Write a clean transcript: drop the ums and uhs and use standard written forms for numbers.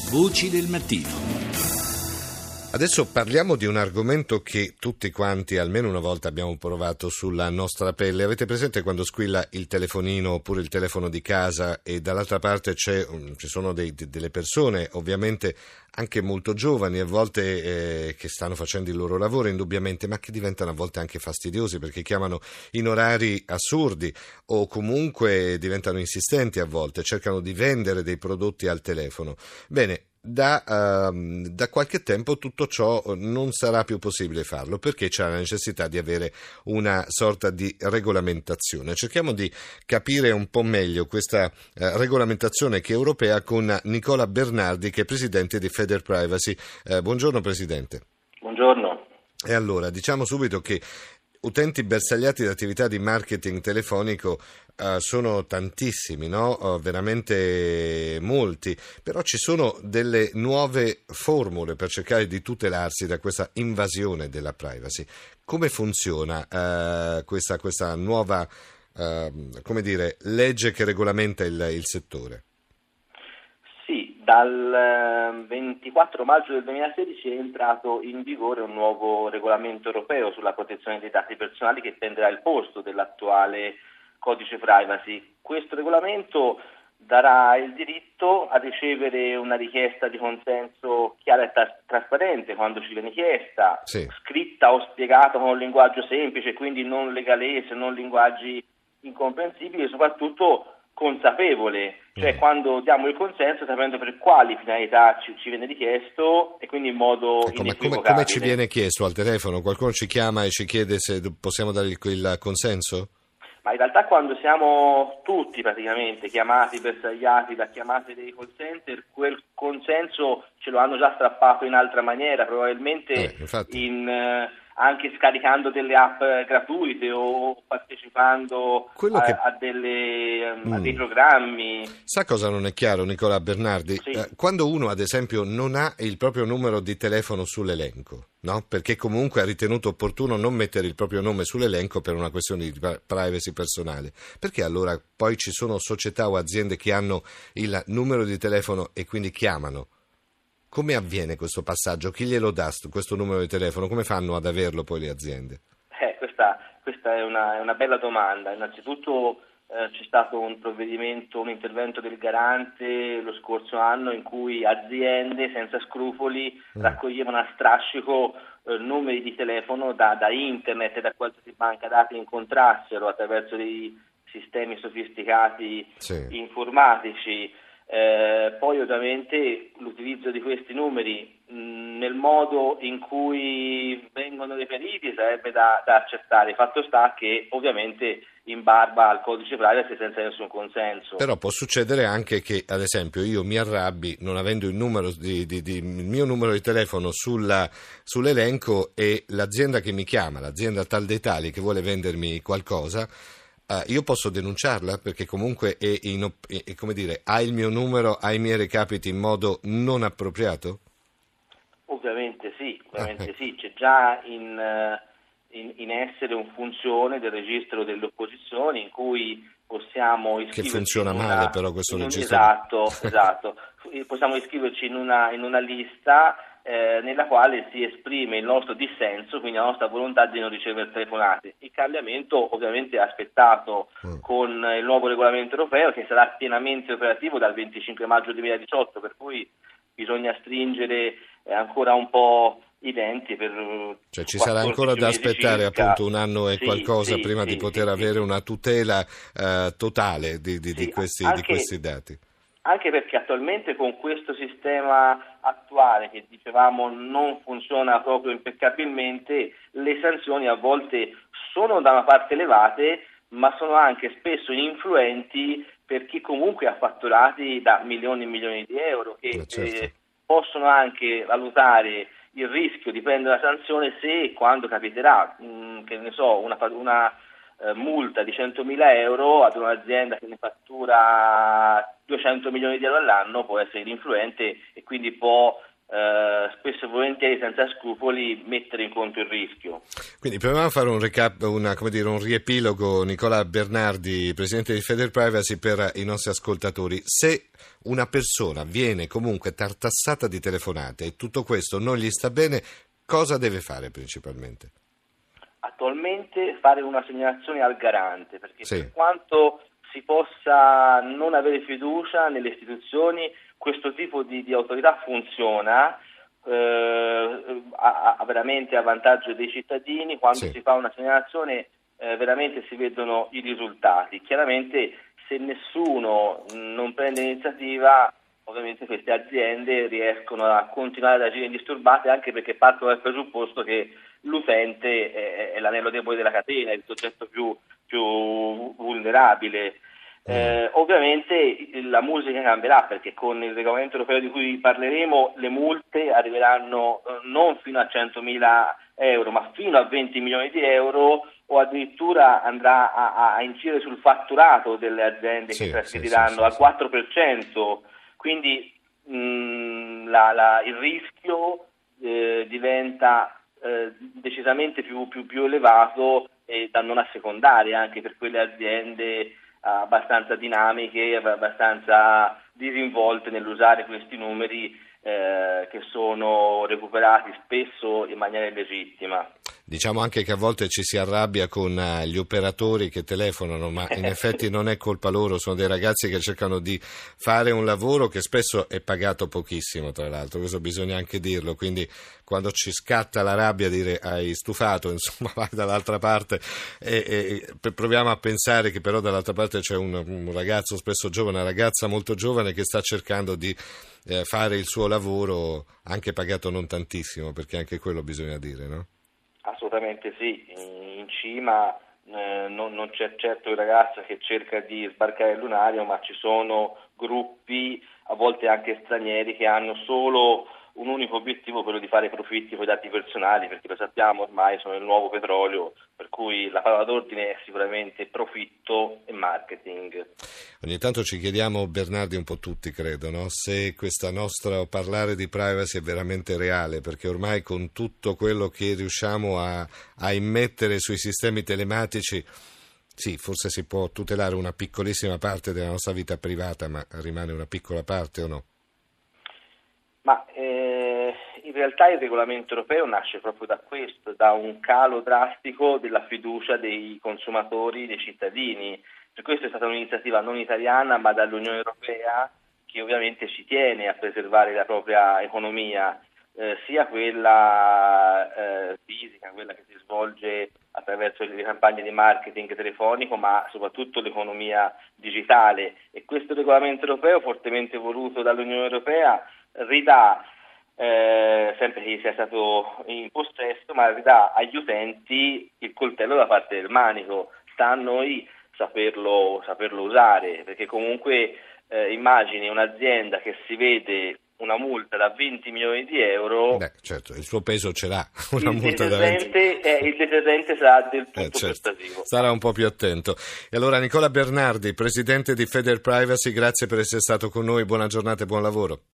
Voci del mattino. Adesso parliamo di un argomento che tutti quanti almeno una volta abbiamo provato sulla nostra pelle. Avete presente quando squilla il telefonino oppure il telefono di casa e dall'altra parte ci sono delle persone, ovviamente anche molto giovani, a volte che stanno facendo il loro lavoro indubbiamente, ma che diventano a volte anche fastidiosi perché chiamano in orari assurdi o comunque diventano insistenti a volte, cercano di vendere dei prodotti al telefono. Bene. Da qualche tempo tutto ciò non sarà più possibile farlo perché c'è la necessità di avere una sorta di regolamentazione. Cerchiamo di capire un po' meglio questa regolamentazione che è europea con Nicola Bernardi, che è presidente di Federprivacy. Buongiorno Presidente. Buongiorno. E allora, diciamo subito che utenti bersagliati da attività di marketing telefonico sono tantissimi, no? Veramente molti, però ci sono delle nuove formule per cercare di tutelarsi da questa invasione della privacy. Come funziona questa nuova legge che regolamenta il settore? Dal 24 maggio del 2016 è entrato in vigore un nuovo regolamento europeo sulla protezione dei dati personali che prenderà il posto dell'attuale codice privacy. Questo regolamento darà il diritto a ricevere una richiesta di consenso chiara e trasparente quando ci viene chiesta, sì, scritta o spiegata con un linguaggio semplice, quindi non legalese, non linguaggi incomprensibili e soprattutto consapevole, cioè quando diamo il consenso sapendo per quali finalità ci viene richiesto e quindi in modo inequivocabile. Come ci viene chiesto al telefono? Qualcuno ci chiama e ci chiede se possiamo dare il consenso? Ma in realtà quando siamo tutti praticamente chiamati, bersagliati da chiamate dei call center, quel consenso ce lo hanno già strappato in altra maniera, probabilmente anche scaricando delle app gratuite o partecipando a dei programmi. Sa cosa non è chiaro, Nicola Bernardi? Sì. Quando uno, ad esempio, non ha il proprio numero di telefono sull'elenco, no? Perché comunque ha ritenuto opportuno non mettere il proprio nome sull'elenco per una questione di privacy personale, perché allora poi ci sono società o aziende che hanno il numero di telefono e quindi chiamano? Come avviene questo passaggio? Chi glielo dà questo numero di telefono? Come fanno ad averlo poi le aziende? Questa è una bella domanda. Innanzitutto c'è stato un intervento del Garante lo scorso anno in cui aziende senza scrupoli raccoglievano a strascico numeri di telefono da internet e da qualsiasi banca dati incontrassero attraverso dei sistemi sofisticati informatici. Poi ovviamente l'utilizzo di questi numeri nel modo in cui vengono reperiti sarebbe da accertare. Fatto sta che ovviamente in barba al codice privacy senza nessun consenso. Però può succedere anche che, ad esempio, io mi arrabbi non avendo il mio numero di telefono sull'elenco e l'azienda che mi chiama, l'azienda tal dei tali che vuole vendermi qualcosa. Io posso denunciarla perché comunque ha il mio numero, ha i miei recapiti in modo non appropriato? Ovviamente sì, sì. C'è già in essere una funzione del registro delle opposizioni in cui possiamo iscriverci. Che funziona male però questo registro. Esatto. Possiamo iscriverci in una lista nella quale si esprime il nostro dissenso, quindi la nostra volontà di non ricevere telefonate. Il cambiamento ovviamente è aspettato con il nuovo regolamento europeo che sarà pienamente operativo dal 25 maggio 2018, per cui bisogna stringere ancora un po' i denti cioè ci sarà ancora da aspettare appunto un anno e qualcosa prima di poter avere una tutela totale di questi dati. Anche perché attualmente con questo sistema attuale che dicevamo non funziona proprio impeccabilmente, le sanzioni a volte sono da una parte elevate, ma sono anche spesso influenti per chi comunque ha fatturati da milioni e milioni di euro che possono anche valutare il rischio di prendere la sanzione se e quando capiterà, che ne so, una multa di 100.000 euro ad un'azienda che ne fattura 200 milioni di euro all'anno può essere influente e quindi può spesso e volentieri senza scrupoli mettere in conto il rischio. Quindi proviamo a fare un recap, un riepilogo. Nicola Bernardi, presidente di Federprivacy, per i nostri ascoltatori. Se una persona viene comunque tartassata di telefonate e tutto questo non gli sta bene, cosa deve fare principalmente? Attualmente fare una segnalazione al garante, perché Sì. per quanto si possa non avere fiducia nelle istituzioni, questo tipo di autorità funziona veramente a vantaggio dei cittadini. Quando Sì. si fa una segnalazione veramente si vedono i risultati. Chiaramente se nessuno non prende iniziativa, ovviamente queste aziende riescono a continuare ad agire indisturbate, anche perché partono dal presupposto che l'utente è l'anello debole della catena, è il soggetto più vulnerabile. Ovviamente la musica cambierà, perché con il regolamento europeo di cui parleremo le multe arriveranno non fino a 100.000 euro, ma fino a 20 milioni di euro, o addirittura andrà a incidere sul fatturato delle aziende che trasferiranno al 4%. Quindi il rischio diventa decisamente più elevato e da non assecondare anche per quelle aziende abbastanza dinamiche, abbastanza disinvolte nell'usare questi numeri che sono recuperati spesso in maniera illegittima. Diciamo anche che a volte ci si arrabbia con gli operatori che telefonano, ma in effetti non è colpa loro, sono dei ragazzi che cercano di fare un lavoro che spesso è pagato pochissimo, tra l'altro, questo bisogna anche dirlo, quindi quando ci scatta la rabbia dire hai stufato, insomma vai dall'altra parte e proviamo a pensare che però dall'altra parte c'è un ragazzo spesso giovane, una ragazza molto giovane che sta cercando di fare il suo lavoro, anche pagato non tantissimo, perché anche quello bisogna dire, no? Assolutamente sì, in cima non c'è certo il ragazzo che cerca di sbarcare il lunario, ma ci sono gruppi, a volte anche stranieri, che hanno solo un unico obiettivo, quello di fare profitti con i dati personali, perché lo sappiamo ormai sono il nuovo petrolio, per cui la parola d'ordine è sicuramente profitto e marketing. Ogni tanto ci chiediamo, Bernardi, un po' tutti credo, no? Se questa nostra parlare di privacy è veramente reale, perché ormai con tutto quello che riusciamo a immettere sui sistemi telematici, sì, forse si può tutelare una piccolissima parte della nostra vita privata, ma rimane una piccola parte o no? Ma in realtà il regolamento europeo nasce proprio da questo, da un calo drastico della fiducia dei consumatori, dei cittadini. Per questo è stata un'iniziativa non italiana, ma dall'Unione Europea, che ovviamente ci tiene a preservare la propria economia, sia quella fisica, quella che si svolge attraverso le campagne di marketing telefonico, ma soprattutto l'economia digitale. E questo regolamento europeo, fortemente voluto dall'Unione Europea, ridà, sempre che sia stato in possesso, ma ridà agli utenti il coltello da parte del manico. Sta a noi saperlo usare, perché comunque immagini un'azienda che si vede una multa da 20 milioni di euro. Beh, certo, il suo peso ce l'ha. Il deterrente sarà del tutto certo. persuasivo. Sarà un po' più attento. E allora, Nicola Bernardi, presidente di Federprivacy, grazie per essere stato con noi, buona giornata e buon lavoro.